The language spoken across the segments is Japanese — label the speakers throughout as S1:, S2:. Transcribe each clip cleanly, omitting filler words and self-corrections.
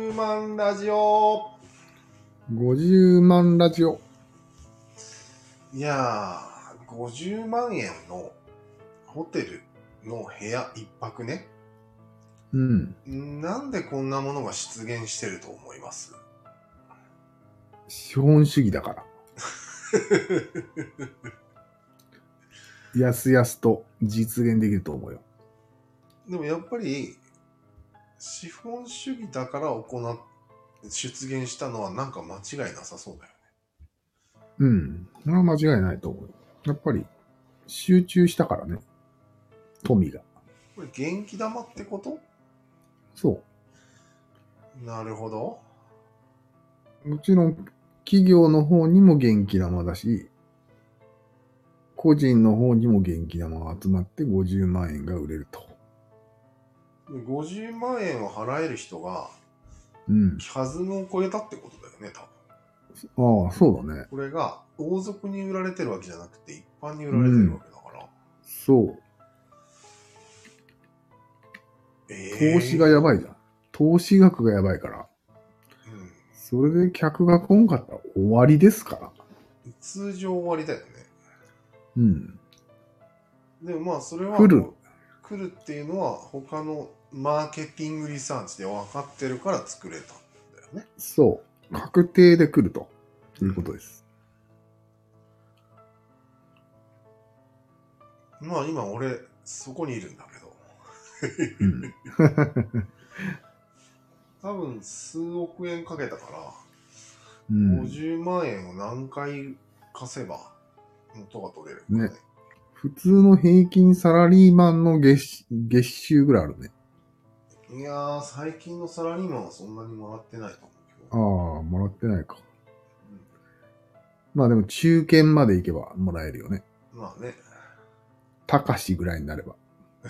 S1: 50万ラジオ。
S2: 50万ラジオ。
S1: いやー、50万円のホテルの部屋一泊ね。
S2: うん。
S1: なんでこんなものが出現してると思います？
S2: 資本主義だから。やすやすと実現できると思うよ。
S1: でもやっぱり資本主義だから出現したのはなんか間違いなさそうだよね。
S2: うん。それは間違いないと思うよ。やっぱり集中したからね。富が。
S1: これ元気玉ってこと？
S2: そ
S1: なるほど。
S2: う。もちろん企業の方にも元気玉だし、個人の方にも元気玉が集まって50万円が売れると。
S1: 50万円を払える人が
S2: うん。
S1: ハズムを超えたってことだよね、多分。
S2: ああ、そうだね。
S1: これが王族に売られてるわけじゃなくて一般に売
S2: う
S1: られてるわ
S2: ん。
S1: けだから。
S2: そう。投資がやばいじゃん。投資額がやばいから。
S1: うん。
S2: それで客が来んかったら終わりですから。
S1: 通常終わりだよね。
S2: うん。
S1: でもまあそれは
S2: 来る
S1: っていうのは他のマーケティングリサーチで分かってるから作れたんだよね。
S2: そう。確定で来るということです。
S1: まあ今俺そこにいるんだけど。
S2: うん。
S1: 多分数億円かけたから、
S2: うん、
S1: 50万円を何回貸せば元が取れるかね。
S2: ね。普通の平均サラリーマンの月収ぐらいあるね。
S1: いやー、最近のサラリーマンはそんなにもらってないと思うけ
S2: あ
S1: ど。
S2: あ、もらってないか。
S1: うん、
S2: まあでも中堅まで行けばもらえるよね。
S1: まあね。
S2: たかしぐらいになれば。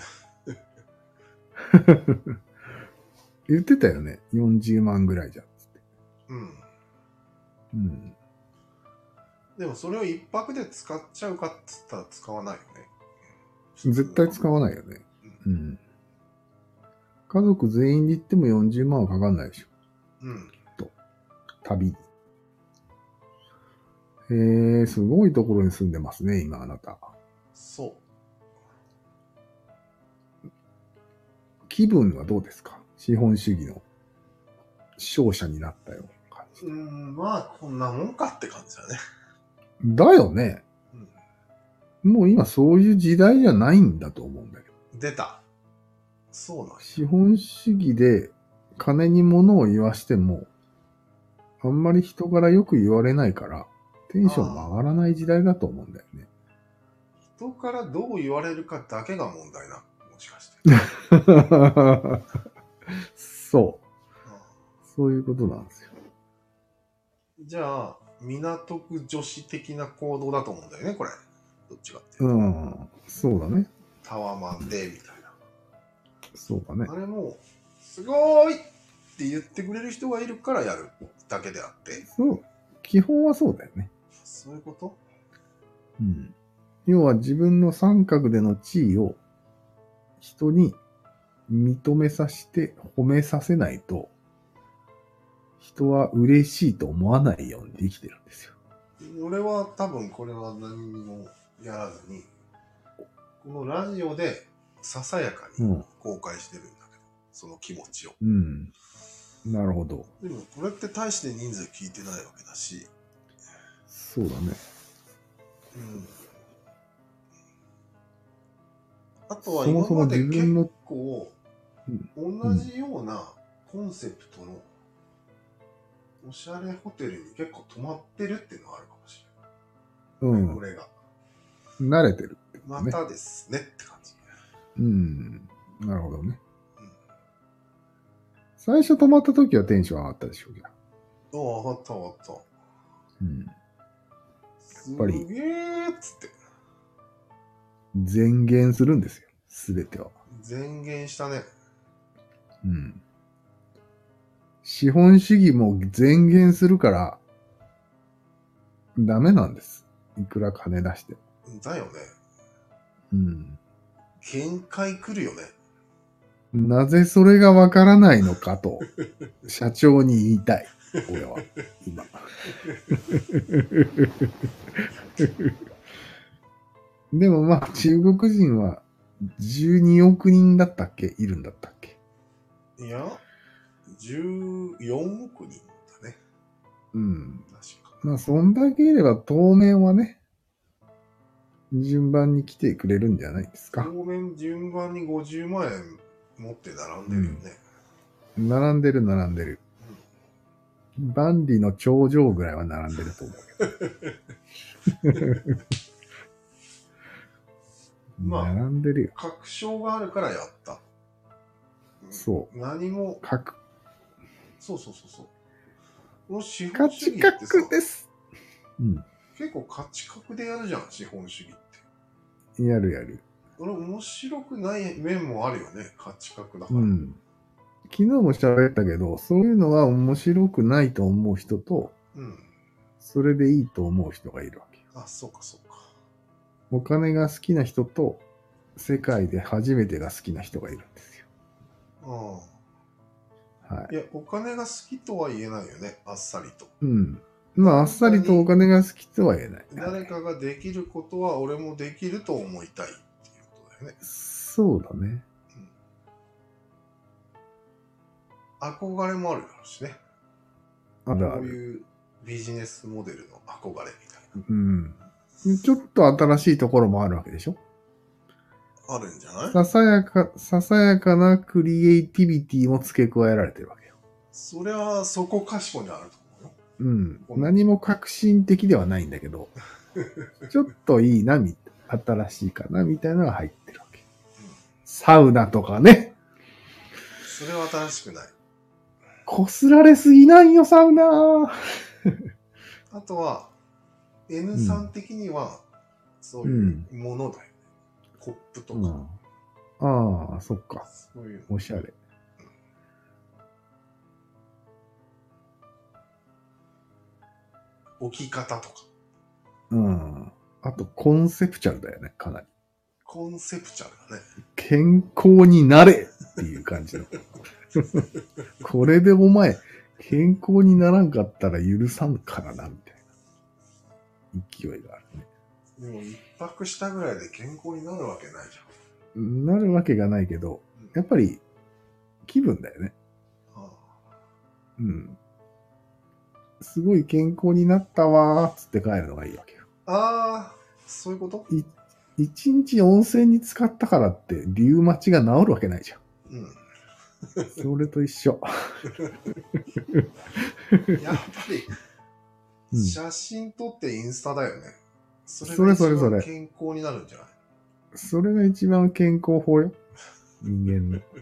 S2: 言ってたよね。40万ぐらいじゃん。
S1: うん。
S2: うん。
S1: でもそれを一泊で使っちゃうかって言ったら使わないよね。
S2: 絶対使わないよね。うん。家族全員で行っても40万はかかんないでしょ。
S1: うん。
S2: 旅に。すごいところに住んでますね、今あなた。
S1: そう。
S2: 気分はどうですか？資本主義の勝者になったような感じ。
S1: まあこんなもんかって感じだね。
S2: だよね。もう今そういう時代じゃないんだと思うんだけど。
S1: 出た。そうなんや。
S2: 資本主義で金に物を言わしても、あんまり人からよく言われないから、テンションも上がらない時代だと思うんだよね。
S1: 人からどう言われるかだけが問題な。もしかして。
S2: そう。そういうことなんですよ。
S1: じゃあ、港区女子的な行動だと思うんだよね、これ。どっちかっていうと。
S2: うん。そうだね。
S1: タワマンで、みたいな。
S2: そうだね。
S1: あれも、すごーいって言ってくれる人がいるからやるだけであって。
S2: そう。基本はそうだよね。
S1: そういうこと？
S2: うん。要は自分の三角での地位を人に認めさせて褒めさせないと、人は嬉しいと思わないようにできてるんですよ。
S1: 俺は多分これは何にもやらずに、このラジオでささやかに公開してるんだけど、その気持ちを。
S2: うん。なるほど。
S1: でもこれって大して人数聞いてないわけだし。
S2: そうだね。
S1: あとは
S2: そもそも
S1: 今まで結
S2: 自分の、
S1: 構同じようなコンセプトのおしゃれホテルに結構泊まってるっていうのがあるかもしれない。俺が。
S2: 慣れてるってことね。
S1: またですねって感じ。
S2: なるほどね。最初泊まった時はテンション上がったでしょうけど。
S1: 上がった上がった。
S2: やっぱり。
S1: すげーっつって。
S2: 前言するんですよ。すべては。
S1: 前言したね。
S2: 資本主義も前言するから、ダメなんです。いくら金出しても。
S1: だよね。限界来るよね。
S2: なぜそれがわからないのかと、社長に言いたい。俺は、今。でもまあ、中国人は12億人だったっけいるんだったっけ？
S1: いや、14億人だね。
S2: うん。
S1: 確か。
S2: まあ、そんだけいれば当面はね、順番に来てくれるんじゃないですか。
S1: 当面順番に50万円持って並んでるよね。
S2: 並んでる並んでる。万里の長城ぐらいは並んでると思うけど。
S1: まあ
S2: 並んでるよ。
S1: 確証があるからやった。
S2: そう。
S1: 何も。そう。この資本
S2: 価値
S1: 主義ってさ、
S2: 格です。うん。
S1: 結構価値格でやるじゃん、資本主義って。
S2: やるやる。
S1: これ面白くない面もあるよね、価値格だから。
S2: うん。昨日も喋ったけど、そういうのは面白くないと思う人と、
S1: うん。
S2: それでいいと思う人がいるわけ。
S1: あ、そうか。
S2: お金が好きな人と、世界で初めてが好きな人がいるんですよ。はい。
S1: いや、お金が好きとは言えないよね、あっさりと。
S2: うん。まあ、あっさりとお金が好きとは言えない。
S1: 誰かができることは俺もできると思いたいっていうことだよね。
S2: そうだね。
S1: 憧れもあるだろうしね。
S2: あるある。
S1: こういうビジネスモデルの憧れみたいな。
S2: うん。ちょっと新しいところもあるわけでしょ？
S1: あるんじゃない？
S2: ささやかなクリエイティビティも付け加えられてるわけよ。
S1: それはそこかしこにあると思うよ。
S2: うん。何も革新的ではないんだけど、ちょっといいな、新しいかな、みたいなのが入ってるわけ。サウナとかね。
S1: それは新しくない。
S2: こすられすぎないよ、サウナ。
S1: あとは、N さん的には、そういうものだよね。コップとか。
S2: ああ、そっか。
S1: そういう。
S2: おしゃれ。
S1: 置き方とか。
S2: うん。あと、コンセプチャルだよね、かなり。
S1: コンセプチャルだね。
S2: 健康になれっていう感じの。これでお前、健康にならんかったら許さんからな、みたいな勢いがあるね。
S1: でも一泊したぐらいで健康になるわけないじゃ
S2: ん。なるわけがないけど、やっぱり気分だよね。うん。すごい健康になったわーっつって帰るのがいいわけよ。
S1: ああ、そういうこと？
S2: 一日温泉に浸かったからってリウマチが治るわけないじゃん。うん。それと一緒。
S1: やっぱり、写真撮ってインスタだよね。それが一番健康になるんじゃない？
S2: それが一番健康法よ。人間の。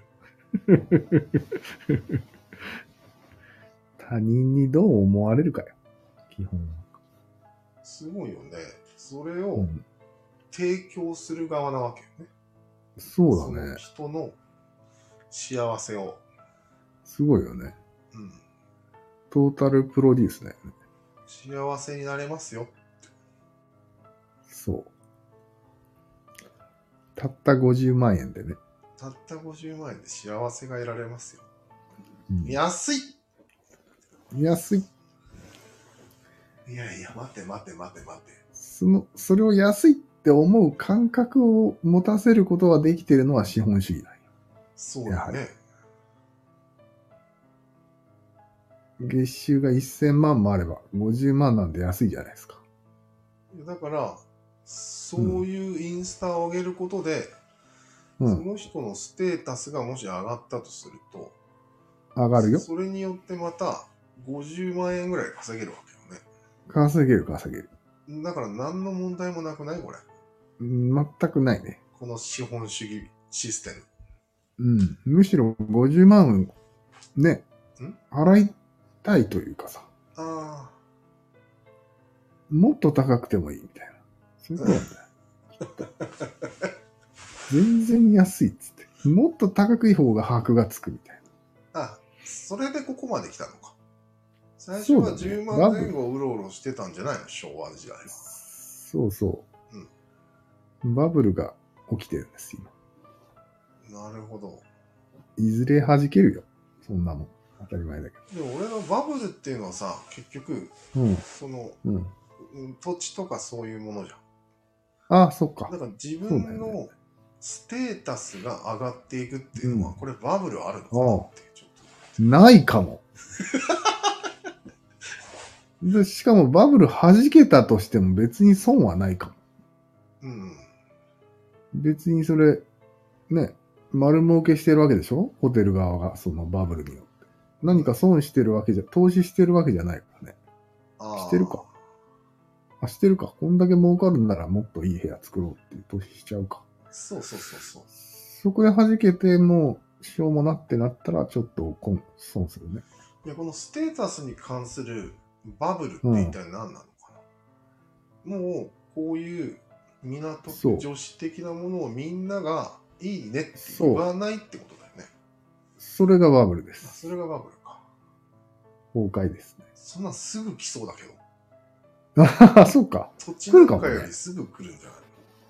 S2: 他人にどう思われるかよ。基本は。
S1: すごいよね。それを提供する側なわけよね。
S2: そうだね。
S1: その人の幸せを。
S2: すごいよね。
S1: うん。
S2: トータルプロデュースだよね。
S1: 幸せになれますよって。
S2: そう。たった50万円でね。
S1: たった50万円で幸せが得られますよ。
S2: うん、
S1: 安い。
S2: 安い。
S1: いやいや、待て。
S2: それを安いって思う感覚を持たせることができているのは資本主義だよ。
S1: そうだね。
S2: 月収が1000万もあれば50万なんで安いじゃないですか。
S1: だから、そういうインスタを上げることで、その人のステータスがもし上がったとすると、
S2: 上がるよ。
S1: それによってまた50万円ぐらい稼げるわけよね。
S2: 稼げる。
S1: だから何の問題もなくないこれ。
S2: 全くないね。
S1: この資本主義システ
S2: ム。うん。むしろ50万ね、払いたいというかさ。
S1: ああ。
S2: もっと高くてもいいみたいな。そういうことなんだよ。全然安いっつって。もっと高くいい方が箔がつくみたい
S1: な。あ、それでここまで来たのか。最初は10万前後うろうろしてたんじゃないの、昭和時代は。
S2: そうそう。バブルが起きてるんです、今。
S1: なるほど。
S2: いずれ弾けるよ。そんなもん。当たり前だけ
S1: ど。でも俺のバブルっていうのはさ、結局、その、土地とかそういうものじゃん。
S2: ああ、そっか。
S1: だから自分のステータスが上がっていくっていうのは、これバブルあるのかなってちょっ
S2: と。ないかも。で、しかもバブル弾けたとしても別に損はないかも。別にそれ、ね、丸儲けしてるわけでしょ？ホテル側がそのバブルによって。何か損してるわけじゃ、投資してるわけじゃないからね。してるか。してるか。こんだけ儲かるんならもっといい部屋作ろうっていう投資しちゃうか。
S1: そう。
S2: そこで弾けてもうしようもなってなったらちょっと損するね。
S1: いや、このステータスに関するバブルって一体何なのかな、もうこういう港区女子的なものをみんながいいねって言わないってことだよね。
S2: それがバブルです。
S1: それがバブルか。
S2: 崩壊ですね。
S1: そんなんすぐ来そうだけど。
S2: ああ、そうか。
S1: 土地なんかよりすぐ来るんじゃない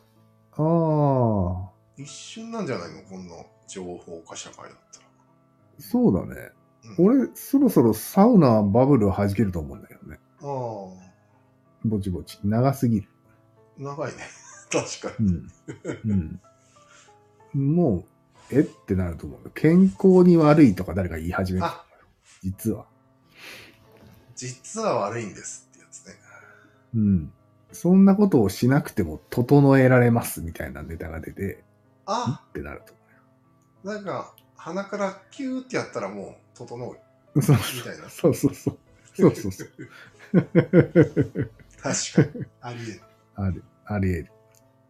S2: の？ああ。
S1: 一瞬なんじゃないのこんな情報化社会だったら。
S2: そうだね。俺、そろそろサウナバブルを弾けると思うんだけどね。ぼちぼち。長すぎる。
S1: 長いね。確か
S2: に。もう、ってなると思う。健康に悪いとか誰か言い始める。実は。
S1: 実は悪いんですってやつね。
S2: そんなことをしなくても整えられますみたいなネタが出て、ってなると
S1: 思う。なんか、鼻からキューってやったらもう整う。みたいな。
S2: そう。
S1: 確かに。あり得る。
S2: あり得る。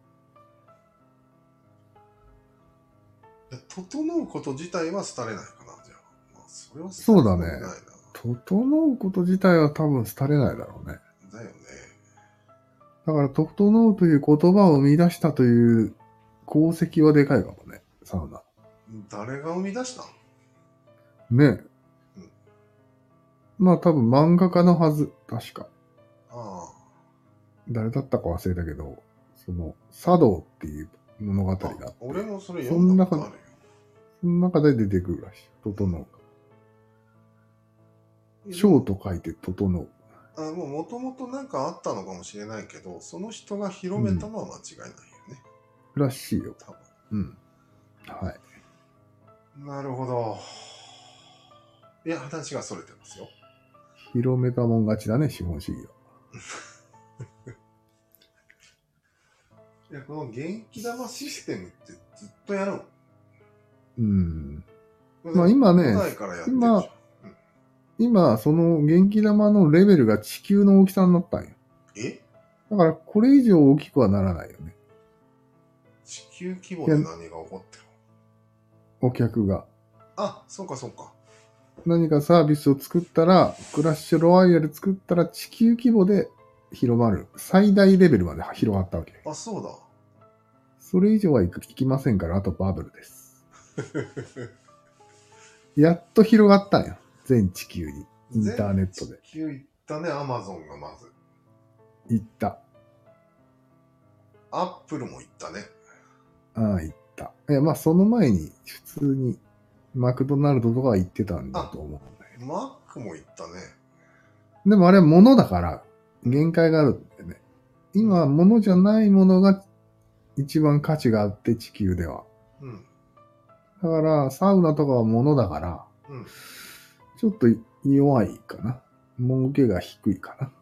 S1: 整うこと自体は廃れないかな、じゃあ。それは
S2: そうだね。整うこと自体は多分廃れないだろうね。
S1: だよね。
S2: だから、整うという言葉を生み出したという功績はでかいかもね、サウナ。
S1: 誰が生み出した
S2: の？ねえ。まあ多分漫画家のはず、確か。誰だったか忘れたけど、その、茶道っていう物語があって。
S1: 俺もそれ読んだことあるよ。
S2: その中で出てくるらしい。整う。章と書いて整う。
S1: もともとなんかあったのかもしれないけど、その人が広めたのは間違いないよね。
S2: らしいよ。多分。はい。
S1: なるほど。いや、話がそれてますよ。
S2: 広めたもん勝ちだね、資本主義は。
S1: いや、この元気玉システムってずっとやるの？
S2: まあ今ね、今、その元気玉のレベルが地球の大きさになったんよ。だからこれ以上大きくはならないよね。
S1: 地球規模で何が起こってる
S2: の？お客が。
S1: そうか。
S2: 何かサービスを作ったら、クラッシュロワイヤル作ったら地球規模で広まる。最大レベルまで広がったわけ。
S1: そうだ。
S2: それ以上はいきませんから、あとバブルです。やっと広がったんよ。全地球に。インターネットで。
S1: 地球行ったね、アマゾンがまず。
S2: 行った。
S1: アップルも行ったね。
S2: 行った。まあその前に普通にマクドナルドとかは行ってたんだと思うんだけど。
S1: マックも行ったね。
S2: でもあれは物だから限界があるんでね。今物じゃないものが一番価値があって地球では。だからサウナとかは物だから、ちょっと弱いかな。儲けが低いかな。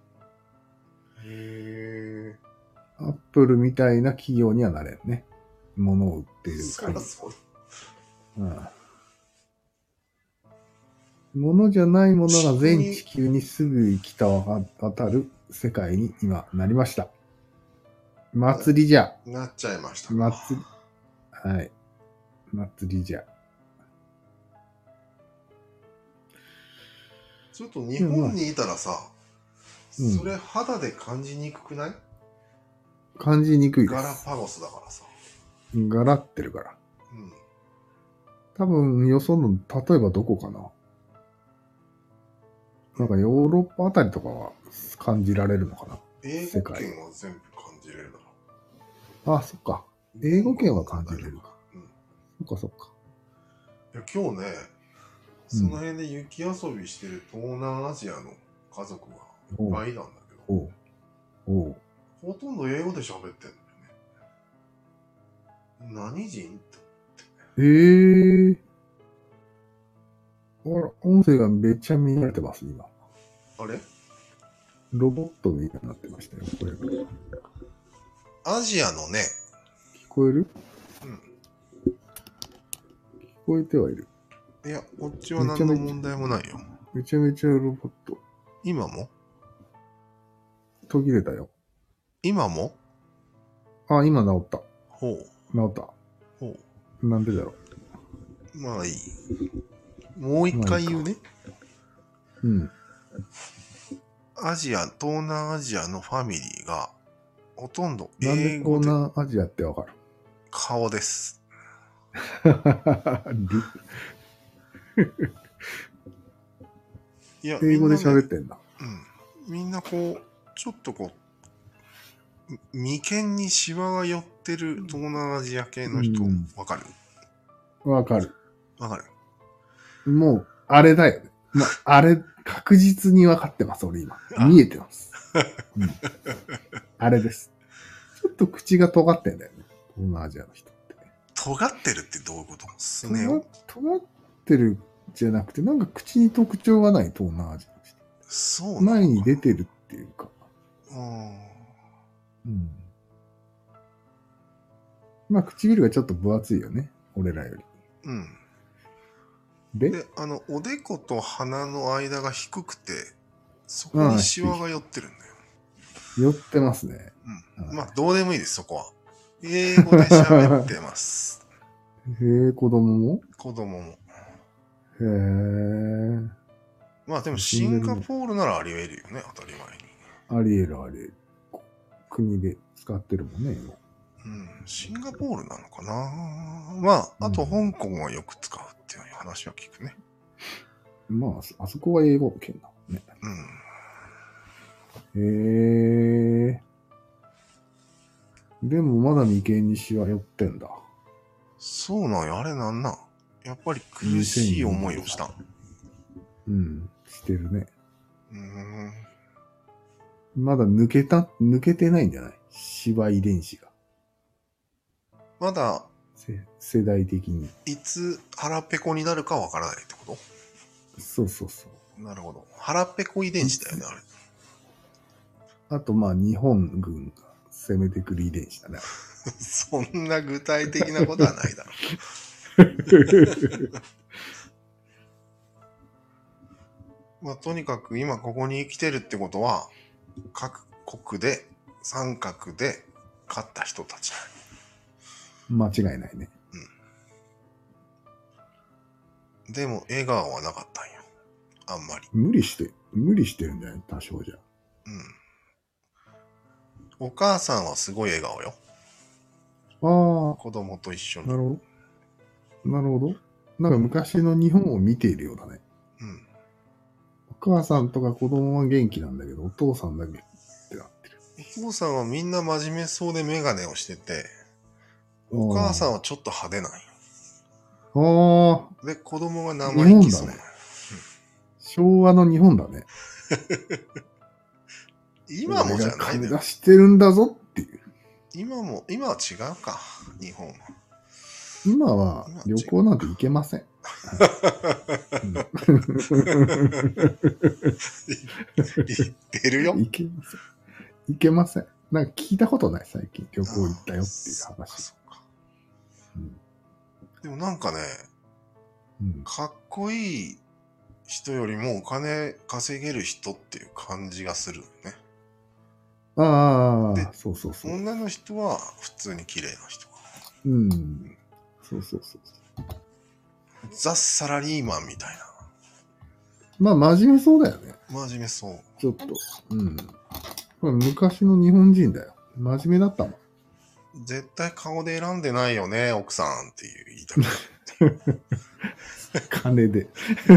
S2: アップルみたいな企業にはなれんね。物を売っている限り。物じゃないものが全地球にすぐ行き渡る世界に今なりました。祭りじゃ。
S1: なっちゃいました。
S2: 祭り。はい。祭りじゃ。
S1: ちょっと日本にいたらさ、それ肌で感じにくくない？
S2: 感じにくいです。
S1: ガラパゴスだからさ。
S2: ガラってるから。多分、よその、例えばどこかな。なんかヨーロッパあたりとかは感じられるのかな。
S1: 英語圏は全部感じれるだろ。
S2: そっか。英語圏は感じれるか。そっか。
S1: いや今日ね、その辺で雪遊びしてる東南アジアの家族がいっぱいいたんだけど、ほとんど英語で喋ってんだよね。何人って。
S2: あら、音声がめっちゃ見られてます、今。
S1: あれ
S2: ロボットみたいになってましたよ、これ。
S1: アジアのね。
S2: 聞こえる？
S1: うん。
S2: 聞こえてはいる。
S1: いや、こっちは何の問題もないよ。
S2: めちゃめちゃロボット。
S1: 今も？
S2: 途切れたよ。
S1: 今も？
S2: あ、今治った。
S1: ほう。
S2: 治った。
S1: ほ
S2: う。なんでだろ
S1: う。まあいい。もう一回言うね。
S2: うん。
S1: 東南アジアのファミリーがほとんど英語で。
S2: なんで東南アジアってわかる？
S1: 顔です。いや、
S2: 英語で喋ってんだ。
S1: うん。みんなこう、ちょっとこう、眉間にシワが寄ってる東南アジア系の人、わかる？
S2: わかる。
S1: わかる。
S2: もう、あれだよね。あれ、確実に分かってます、俺今。見えてます。あれです。ちょっと口が尖ってんだよね。東南アジアの人って。
S1: 尖ってるってどういうこと？すねを。
S2: 尖ってるじゃなくて、なんか口に特徴がない東南アジアの人。
S1: そうなの？
S2: 前に出てるっていうか。
S1: うん。
S2: まあ、唇がちょっと分厚いよね。俺らより。
S1: うん。
S2: で、
S1: おでこと鼻の間が低くて、そこにシワが寄ってるんだよ。
S2: 寄ってますね。
S1: うん。まあ、どうでもいいです、そこは。英語で喋ってます。
S2: へえ、子供も？
S1: 子供も。
S2: へえ。
S1: まあ、でもシンガポールならあり得るよね、当たり前に。
S2: あり得るあり得る。国で使ってるもんね、今。
S1: うん。シンガポールなのかな。まあ、あと香港はよく使うっていう話は聞くね。
S2: まあ、あそこは英語圏だもんね。
S1: うん。
S2: へえ。でもまだ眉間にシワ寄ってんだ。
S1: そうなんや、あれなんなん。やっぱり苦しい思いをした。
S2: うん、してるね。まだ抜けてないんじゃない？シワ遺伝子が。
S1: まだ、
S2: 世代的に。
S1: いつ腹ペコになるかわからないってこと？
S2: そうそうそう。
S1: なるほど。腹ペコ遺伝子だよね、あれ。
S2: あと、まあ、日本軍が攻めてくる遺伝子だね。
S1: そんな具体的なことはないだろう。まあ、とにかく今ここに来てるってことは、各国で三角で勝った人たち。
S2: 間違いないね。
S1: うん。でも笑顔はなかったんよ。あんまり。
S2: 無理してるんだよ、多少じゃ。
S1: うん。お母さんはすごい笑顔よ。
S2: ああ。
S1: 子供と一緒に。
S2: なるほど。なるほど。なんか昔の日本を見ているようだね。
S1: うん。
S2: お母さんとか子供は元気なんだけど、お父さんだけってなってる。
S1: お父さんはみんな真面目そうでメガネをしてて、お母さんはちょっと派手なんよ。ああ。で、子供が生意気そうなのよ。
S2: 昭和の日本だね。
S1: 今もじゃない
S2: ね。出してるんだぞっていう。
S1: 今は違うか、日本は。
S2: 今は旅行なんて行けません。
S1: 行ってるよ。
S2: 行けません。行けません。なんか聞いたことない、最近。旅行行ったよっていう話。
S1: でもなんかね、かっこいい人よりもお金稼げる人っていう感じがするね。
S2: ああ、そうそうそう。
S1: 女の人は普通に綺麗な人。
S2: うん。そうそうそう。
S1: ザ・サラリーマンみたいな。
S2: まあ真面目そうだよね。
S1: 真面目そう。
S2: ちょっと。うん。これ昔の日本人だよ。真面目だったもん。
S1: 絶対顔で選んでないよね、奥さんっていう言いたく
S2: 金で。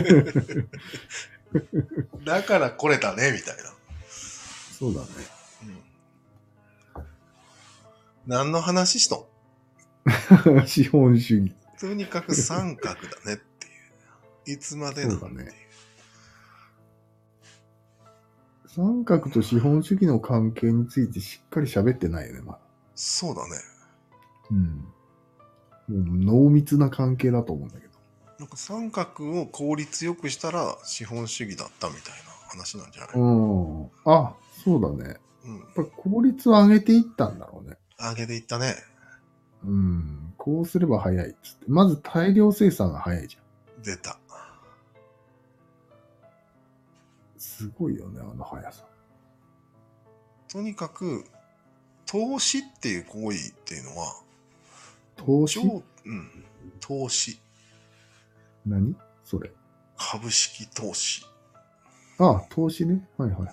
S1: だから来れたね、みたいな。
S2: そうだね。
S1: 何の話しと
S2: ん資本主義。
S1: とにかく三角だねっていつまでなの
S2: そうだね。三角と資本主義の関係についてしっかり喋ってないよね、まだ。
S1: そうだね。
S2: もう濃密な関係だと思うんだけど。
S1: なんか三角を効率よくしたら資本主義だったみたいな話なんじゃない？
S2: あ、そうだね。やっぱ効率を上げていったんだろうね。
S1: 上げていったね。
S2: こうすれば早いっつって。まず大量生産が早いじゃん。
S1: 出た。
S2: すごいよね、あの速さ。
S1: とにかく、投資っていう行為っていうのは、
S2: 投資？
S1: 投資。
S2: 何それ。
S1: 株式投資。
S2: あ、投資ね。はいはいはい。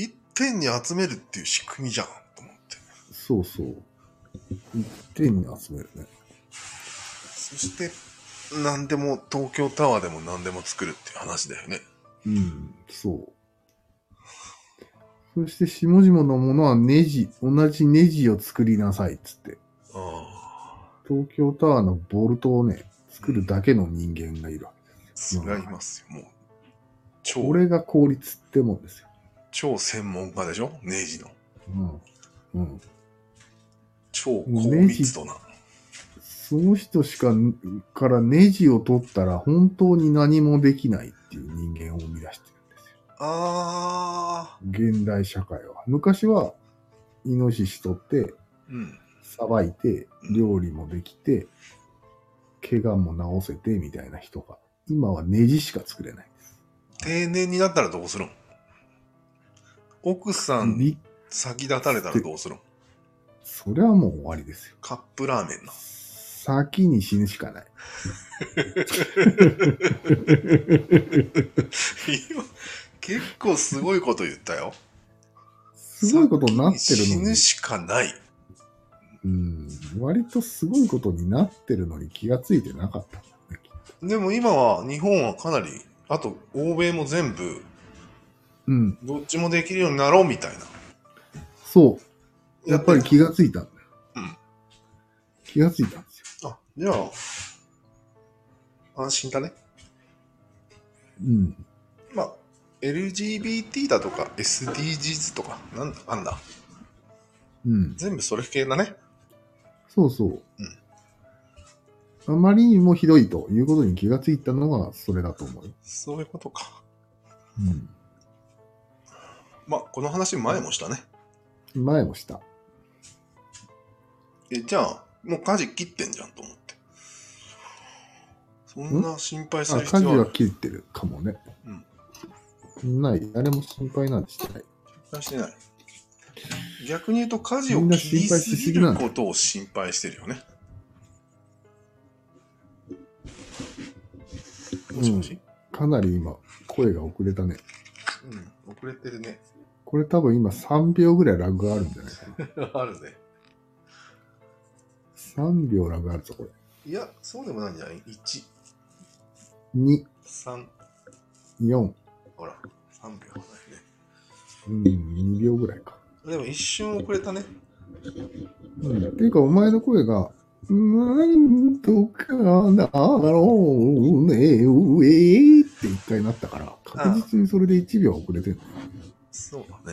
S1: 一点に集めるっていう仕組みじゃんと思って。
S2: そうそう。一点に集めるね。
S1: そして、何でも、東京タワーでも何でも作るっていう話だよね。
S2: そう。そして下々のものはネジ、同じネジを作りなさいっつって。東京タワーのボルトをね、作るだけの人間がいるわけです。
S1: 違いますよ、もう。
S2: これが効率ってもんですよ。
S1: 超専門家でしょ、ネジの。超高密度な。
S2: その人からネジを取ったら本当に何もできないっていう人間を生み出してるんですよ。現代社会は。昔はイノシシ取って、さばいて、料理もできて、怪我も治せてみたいな人が、今はネジしか作れないんです。
S1: 定年になったらどうするん？奥さんに先立たれたらどうするん？
S2: それはもう終わりですよ。
S1: カップラーメンな。
S2: 先に死ぬしかない。
S1: 結構すごいこと言ったよ。
S2: すごいことになってるのに。
S1: 死ぬしかない。
S2: 割とすごいことになってるのに気がついてなかったんだね。
S1: でも今は日本はかなり、あと欧米も全部、どっちもできるようになろうみたいな。
S2: そう。やっぱり気がついたんだよ。気がついたんです
S1: よ。じゃあ、安心だね。まあ、LGBT だとか SDGs とか、なんだ。全部それ系だね。
S2: そうそう。あまりにもひどいということに気がついたのがそれだと思うよ。
S1: そういうことか。まあ、この話前もしたね。
S2: 前もした。
S1: じゃあ、もう舵切ってんじゃんと思って。そんな心配する必要はない。
S2: 舵は切ってるかもね。ない。誰も心配なんてしてない。
S1: 心配してない。逆に言うと、舵を切りすぎることを心配してるよね。もしもし？
S2: かなり今、声が遅れたね。
S1: 遅れてるね。
S2: これ多分今3秒ぐらいラグがあるんじゃないか
S1: な。あるね。
S2: 3秒ラグあるぞ、これ。
S1: いや、そうでもないんじゃない？ 1、
S2: 2、
S1: 3、
S2: 4。
S1: ほら、3秒はないね。
S2: 2秒ぐらいか。
S1: でも一瞬遅れたね。
S2: っていうか、お前の声が、なんとかなろうねって一回なったから、確実にそれで1秒遅れてる。
S1: そうだね。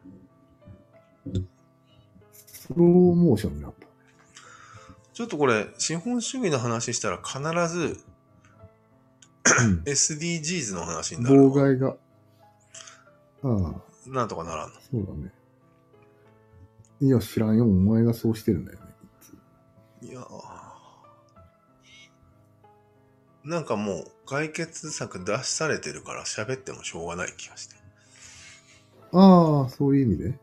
S2: スローモーションになった。
S1: ちょっとこれ、資本主義の話したら必ず、SDGs の話になる。
S2: 妨害が。
S1: なんとかならんの。
S2: そうだね。いや、知らんよ。お前がそうしてるんだよね。
S1: いやなんかもう解決策出されてるから喋ってもしょうがない気がして。
S2: そういう意味で。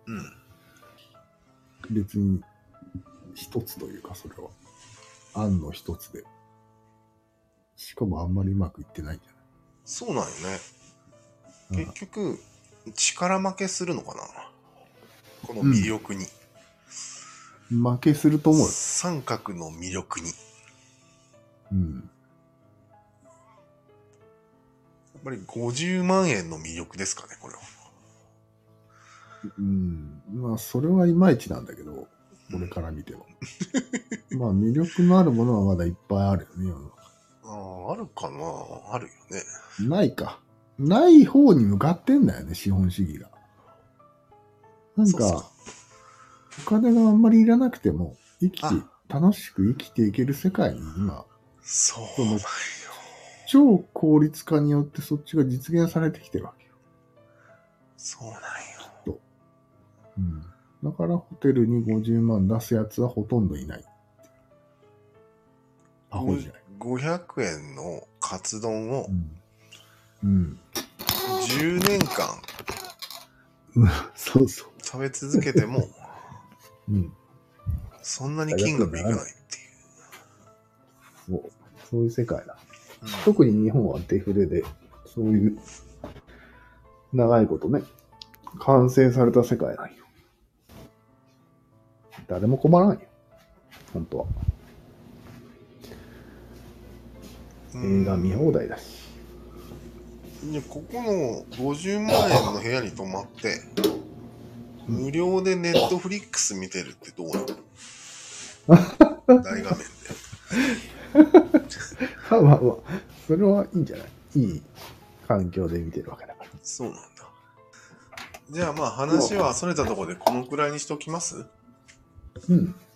S2: 別に一つというか、それは案の一つで。しかもあんまりうまくいってないんじゃない？
S1: そうなんよね。結局力負けするのかな、この魅力に。
S2: 負けすると思うよ。
S1: 三角の魅力に。やっぱり50万円の魅力ですかね、これは。
S2: まあ、それはいまいちなんだけど、俺から見ても。まあ、魅力のあるものはまだいっぱいあるよね、世の中。
S1: あるかな。あるよね。
S2: ないか。ない方に向かってんだよね、資本主義が。なんか、お金があんまりいらなくても、楽しく生きていける世界に今、
S1: そうなんよ。
S2: 超効率化によってそっちが実現されてきてるわけよ。
S1: そうなんよ。
S2: うん。だからホテルに50万出すやつはほとんどいない。アホじゃない。
S1: 500円のカツ丼を10年間
S2: そうそう。
S1: 食べ続けても、
S2: うん、
S1: そんなに金額いかないっていう。
S2: そういう世界だ。特に日本はデフレで、そういう長いことね、完成された世界なんよ。誰も困らんよ。本当は。映画見放題だし。
S1: ここの50万円の部屋に泊まって、無料でネットフリックス見てるってどうなの？大画面で。
S2: まあまあ、それはいいんじゃない？いい環境で見てるわけだから。
S1: そうなんだ。じゃあまあ話はそれたところでこのくらいにしときます？
S2: うん。